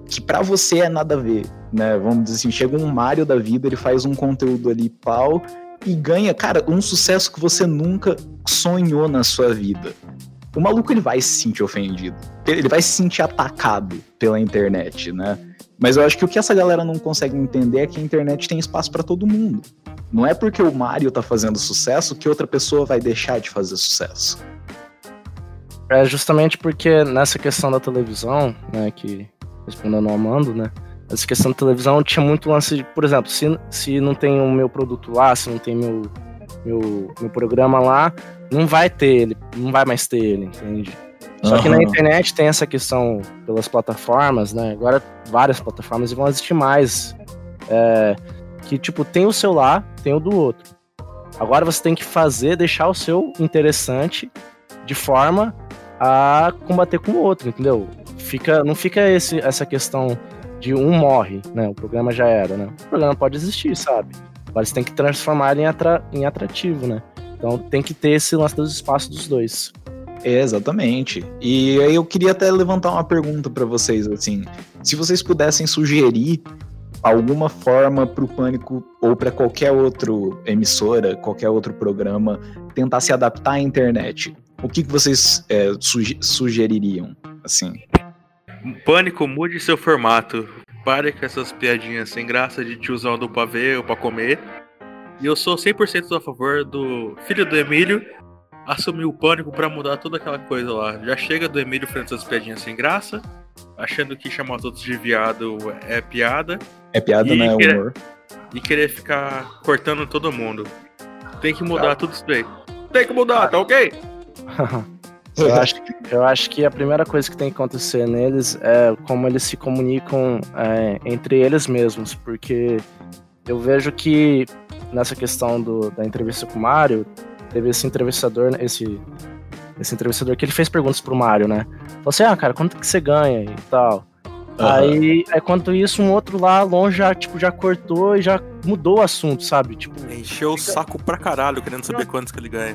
que pra você é nada a ver, né? Vamos dizer assim, chega um Mario da vida, ele faz um conteúdo ali pau e ganha, cara, um sucesso que você nunca sonhou na sua vida. O maluco, ele vai se sentir ofendido, ele vai se sentir atacado pela internet, né? Mas eu acho que o que essa galera não consegue entender é que a internet tem espaço pra todo mundo. Não é porque o Mario tá fazendo sucesso que outra pessoa vai deixar de fazer sucesso. É justamente porque nessa questão da televisão, né, que respondendo ao Amando, né, essa questão da televisão tinha muito lance de, por exemplo, se não tem o meu produto lá, se não tem meu programa lá, não vai mais ter ele, entende? Só que na internet tem essa questão pelas plataformas, né? Agora várias plataformas vão existir mais. Que tipo, tem o seu lá, tem o do outro. Agora você tem que deixar o seu interessante de forma a combater com o outro, entendeu? Não fica essa questão de um morre, né? O programa já era, né? O programa pode existir, sabe? Agora você tem que transformar ele em atrativo, né? Então tem que ter esse lance dos espaços dos dois. Exatamente. E aí eu queria até levantar uma pergunta pra vocês, assim, se vocês pudessem sugerir alguma forma pro Pânico ou pra qualquer outra emissora, qualquer outro programa tentar se adaptar à internet, o que vocês sugeririam, assim? Pânico, mude seu formato. Pare com essas piadinhas sem graça de tiozão do pavê ou pra comer. E eu sou 100% a favor do filho do Emílio assumir o Pânico pra mudar toda aquela coisa lá. Já chega do Emílio fazendo essas piadinhas sem graça, achando que chamar os outros de viado é piada. É piada, né? É humor. E querer ficar cortando todo mundo. Tem que mudar tudo isso aí. Tem que mudar, tá ok? Eu acho que a primeira coisa que tem que acontecer neles é como eles se comunicam entre eles mesmos, porque eu vejo que nessa questão da entrevista com o Mário, teve esse entrevistador que ele fez perguntas pro Mário, né? Falou assim, cara, quanto que você ganha e tal? Aí, enquanto isso, um outro lá longe já cortou e já mudou o assunto, sabe? Tipo, encheu o saco pra caralho, querendo saber quantos que ele ganha.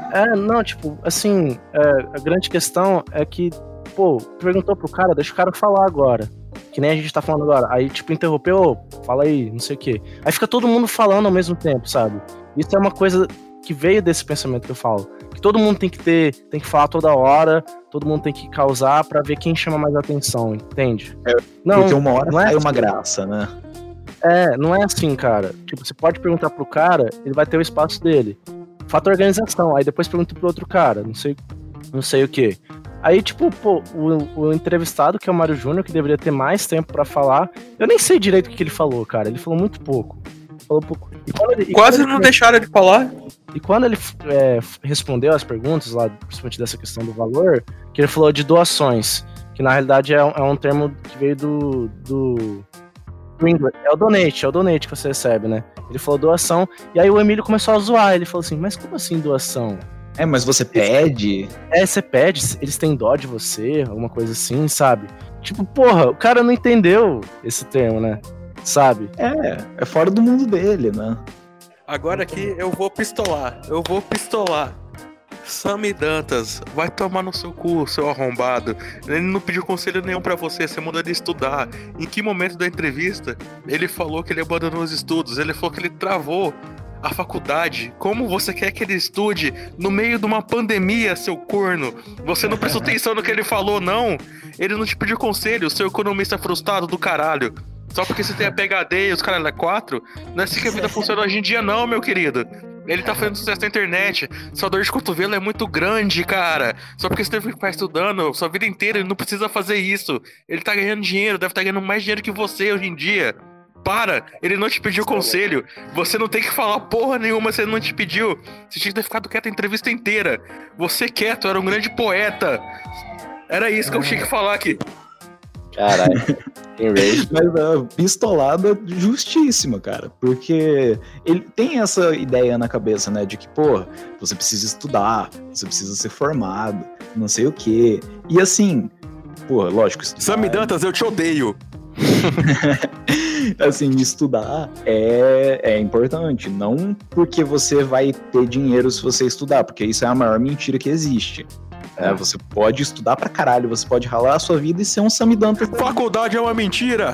A grande questão é que, perguntou pro cara, deixa o cara falar agora. Que nem a gente tá falando agora. Aí, interrompeu, fala aí, não sei o quê. Aí fica todo mundo falando ao mesmo tempo, sabe? Isso é uma coisa que veio desse pensamento que eu falo. Que todo mundo tem que falar toda hora, todo mundo tem que causar pra ver quem chama mais atenção, entende? Porque uma hora não é uma graça, né? Não é assim, cara. Tipo, você pode perguntar pro cara, ele vai ter o espaço dele. Falta organização, aí depois pergunta pro outro cara, não sei o que. Aí, o entrevistado, que é o Mário Júnior, que deveria ter mais tempo pra falar, eu nem sei direito o que ele falou, cara, ele falou muito pouco. Quase não deixaram de falar. E quando ele respondeu as perguntas lá, principalmente dessa questão do valor, que ele falou de doações, que na realidade é um termo que veio do inglês. É o donate que você recebe, né? Ele falou doação, e aí o Emílio começou a zoar, ele falou assim, mas como assim doação? Mas você pede? Você pede, eles têm dó de você, alguma coisa assim, sabe? Tipo, o cara não entendeu esse termo, né? Sabe? É fora do mundo dele, né? Agora aqui eu vou pistolar. Sammy Dantas, vai tomar no seu cu, seu arrombado. Ele não pediu conselho nenhum pra você mandou ele estudar. Em que momento da entrevista ele falou que ele abandonou os estudos? Ele falou que ele travou a faculdade. Como você quer que ele estude no meio de uma pandemia, seu corno? Você não prestou atenção no que ele falou, não? Ele não te pediu conselho, seu economista frustrado do caralho. Só porque você tem a PhD e os caras é 4, não é assim que a vida funciona hoje em dia não, meu querido. Ele tá fazendo sucesso na internet, sua dor de cotovelo é muito grande, cara. Só porque você teve que ficar estudando sua vida inteira, ele não precisa fazer isso. Ele tá ganhando dinheiro, deve estar ganhando mais dinheiro que você hoje em dia. Para, ele não te pediu conselho. Você não tem que falar porra nenhuma se ele não te pediu. Você tinha que ter ficado quieto a entrevista inteira. Você quieto, era um grande poeta. Era isso que eu tinha que falar aqui. Caralho. Mas pistolada justíssima, cara. Porque ele tem essa ideia na cabeça, né? De que, você precisa estudar, você precisa ser formado, não sei o quê. E assim, lógico... Sammy Dantas, eu te odeio. Assim, estudar é importante. Não porque você vai ter dinheiro se você estudar, porque isso é a maior mentira que existe. Você pode estudar pra caralho, você pode ralar a sua vida e ser um Samidantas. Faculdade é uma mentira!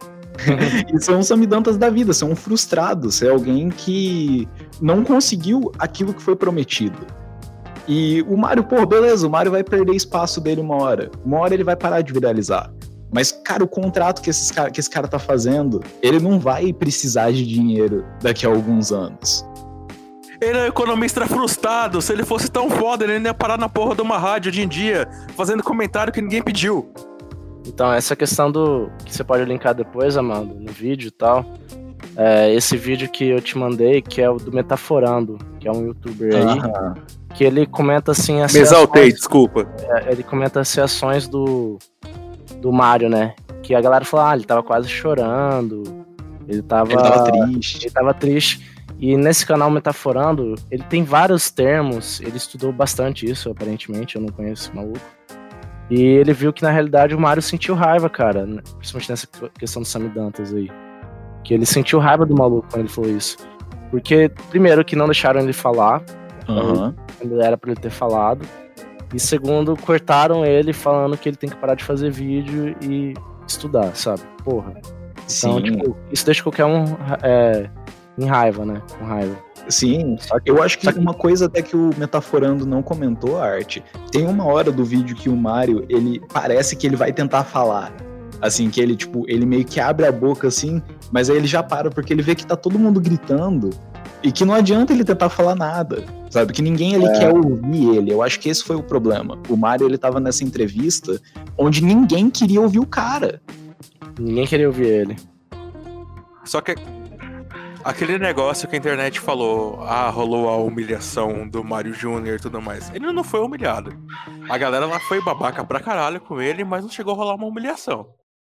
E ser um Samidantas da vida, ser um frustrado, ser alguém que não conseguiu aquilo que foi prometido. E o Mário, beleza, o Mário vai perder espaço dele uma hora ele vai parar de viralizar. Mas, cara, o contrato que esse cara tá fazendo, ele não vai precisar de dinheiro daqui a alguns anos. Ele é um economista frustrado. Se ele fosse tão foda, ele não ia parar na porra de uma rádio hoje em dia, fazendo comentário que ninguém pediu. Então, essa questão que você pode linkar depois, Amanda, no vídeo e tal. Esse vídeo que eu te mandei, que é o do Metaforando, que é um youtuber aí, que ele comenta assim... Me exaltei, desculpa. Ele comenta as reações do Mário, né? Que a galera fala, ele tava quase chorando, ele tava triste. E nesse canal Metaforando, ele tem vários termos, ele estudou bastante isso, aparentemente, eu não conheço esse maluco. E ele viu que, na realidade, o Mário sentiu raiva, cara, principalmente nessa questão do Samidantas aí. Que ele sentiu raiva do maluco quando ele falou isso. Porque, primeiro, que não deixaram ele falar, quando era pra ele ter falado. E segundo, cortaram ele falando que ele tem que parar de fazer vídeo e estudar, sabe? Porra. Então, tipo, isso deixa qualquer um em raiva, né? Com raiva. Sim, eu acho que uma coisa até que o Metaforando não comentou, Arte, tem uma hora do vídeo que o Mário, ele parece que ele vai tentar falar. Assim, que ele, tipo, ele meio que abre a boca, assim, mas aí ele já para, porque ele vê que tá todo mundo gritando e que não adianta ele tentar falar nada, sabe? Que ninguém ali quer ouvir ele. Eu acho que esse foi o problema. O Mário, ele tava nessa entrevista onde ninguém queria ouvir o cara. Ninguém queria ouvir ele. Só que aquele negócio que a internet falou, rolou a humilhação do Mário Júnior e tudo mais. Ele não foi humilhado. A galera lá foi babaca pra caralho com ele, mas não chegou a rolar uma humilhação.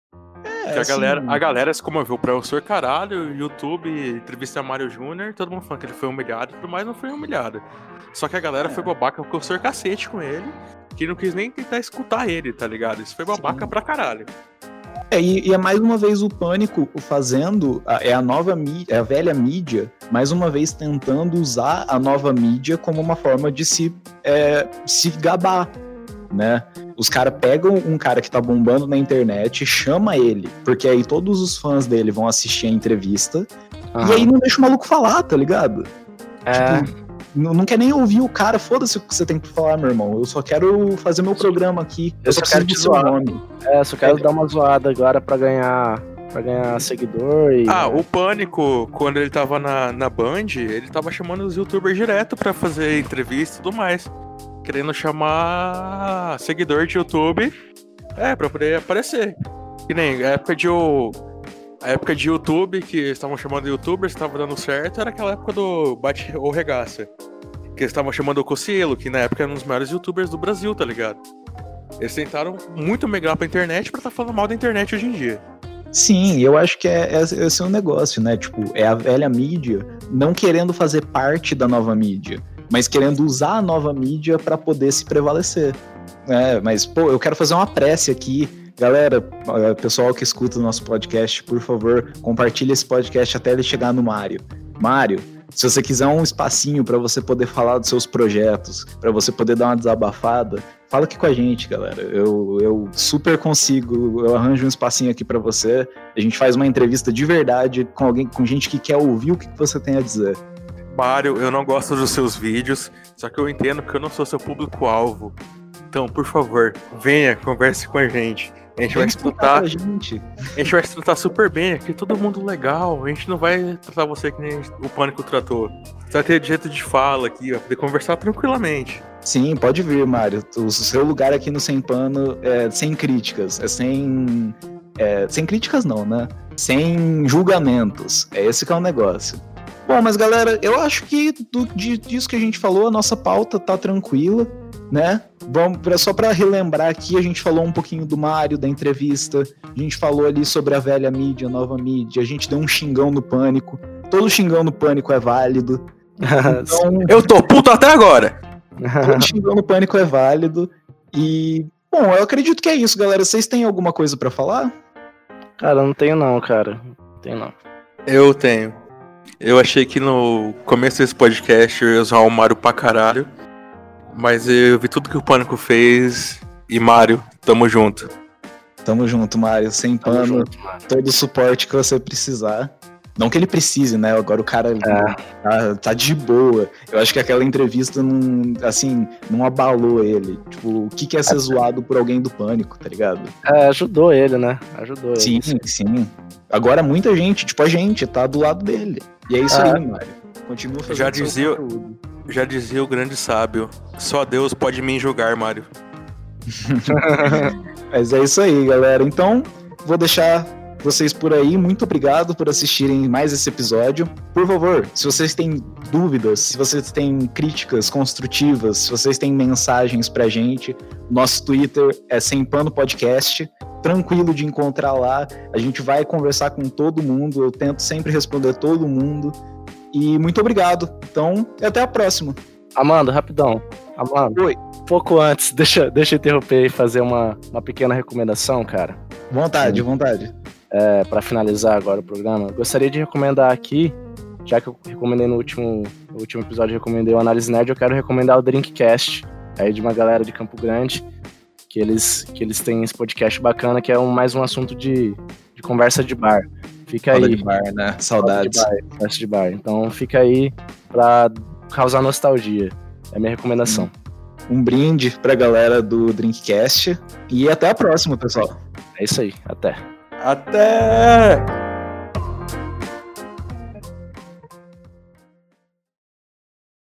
A galera se comoveu pra o Sr. Caralho, YouTube, entrevista a Mário Júnior, todo mundo falando que ele foi humilhado e tudo mais, não foi humilhado. Só que a galera foi babaca com o Sr. Cacete com ele, que não quis nem tentar escutar ele, tá ligado? Isso foi babaca pra caralho. E é mais uma vez o Pânico fazendo, a nova mídia, a velha mídia, mais uma vez tentando usar a nova mídia como uma forma de se gabar, né? Os caras pegam um cara que tá bombando na internet, chama ele, porque aí todos os fãs dele vão assistir a entrevista, e aí não deixa o maluco falar, tá ligado? Tipo, não quer nem ouvir o cara, foda-se o que você tem que falar, meu irmão. Eu só quero fazer meu programa aqui. Eu só preciso do seu nome. Só quero dar uma zoada agora pra ganhar seguidor e... o Pânico, quando ele tava na Band, ele tava chamando os youtubers direto pra fazer entrevista e tudo mais. Querendo chamar seguidor de YouTube pra poder aparecer. Que nem a época de YouTube, que eles estavam chamando youtubers, estava dando certo, era aquela época do Bate ou Regaça. Que eles estavam chamando o Cocielo, que na época era um dos maiores youtubers do Brasil, tá ligado? Eles tentaram muito migrar pra internet pra tá falando mal da internet hoje em dia. Sim, eu acho que esse é um negócio, né? Tipo, é a velha mídia não querendo fazer parte da nova mídia, mas querendo usar a nova mídia pra poder se prevalecer. Mas, eu quero fazer uma prece aqui. Galera, pessoal que escuta o nosso podcast, por favor, compartilhe esse podcast até ele chegar no Mário. Mário, se você quiser um espacinho para você poder falar dos seus projetos, para você poder dar uma desabafada, fala aqui com a gente, galera. Eu super consigo, eu arranjo um espacinho aqui para você. A gente faz uma entrevista de verdade com gente que quer ouvir o que você tem a dizer. Mário, eu não gosto dos seus vídeos, só que eu entendo que eu não sou seu público-alvo. Então, por favor, venha, converse com a gente. A gente vai se tratar super bem aqui, todo mundo legal. A gente não vai tratar você que nem o Pânico tratou. Você vai ter jeito de fala aqui, vai poder conversar tranquilamente. Sim, pode vir, Mário. O seu lugar aqui no Sem Pano é sem críticas. Sem críticas não, né? Sem julgamentos. É esse que é o negócio. Bom, mas galera, eu acho que disso que a gente falou, a nossa pauta tá tranquila, né? Só para relembrar aqui, a gente falou um pouquinho do Mário, da entrevista, a gente falou ali sobre a velha mídia, a nova mídia, a gente deu um xingão no Pânico, todo xingão no Pânico é válido. Então, eu tô puto até agora! Todo xingão no Pânico é válido. E, bom, eu acredito que é isso, galera. Vocês têm alguma coisa para falar? Cara, não tenho não, cara. Não tenho não. Eu tenho. Eu achei que no começo desse podcast eu ia usar o Mário pra caralho. Mas eu vi tudo que o Pânico fez. E Mário, tamo junto. Tamo junto, Mário. Sem pano, todo o suporte que você precisar. Não que ele precise, né? Agora o cara tá de boa. Eu acho que aquela entrevista não abalou ele. Tipo, o que é ser zoado por alguém do Pânico, tá ligado? Ajudou ele, né? Ajudou ele. Sim. Agora muita gente, tipo a gente, tá do lado dele. E é isso aí, Mário. Continua fazendo seu conteúdo. Já dizia o grande sábio, só Deus pode me julgar, Mário. Mas é isso aí, galera. Então, vou deixar vocês por aí. Muito obrigado por assistirem mais esse episódio. Por favor, se vocês têm dúvidas, se vocês têm críticas construtivas, se vocês têm mensagens pra gente, nosso Twitter é Sem Pano Podcast. Tranquilo de encontrar lá. A gente vai conversar com todo mundo. Eu tento sempre responder todo mundo. E muito obrigado. Então, até a próxima. Amanda, rapidão. Amanda. Oi. Pouco antes, deixa eu interromper e fazer uma pequena recomendação, cara. Vontade. Para finalizar agora o programa, eu gostaria de recomendar aqui, já que eu recomendei no último episódio, eu recomendei o Análise Nerd, eu quero recomendar o Drinkcast, aí de uma galera de Campo Grande, que eles têm esse podcast bacana, que é mais um assunto de conversa de bar. Fica Roda aí. de bar, né? Saudades. Conversa de bar. Então fica aí pra causar nostalgia. É a minha recomendação. Um brinde pra galera do Drinkcast. E até a próxima, pessoal. É isso aí. Até. Até!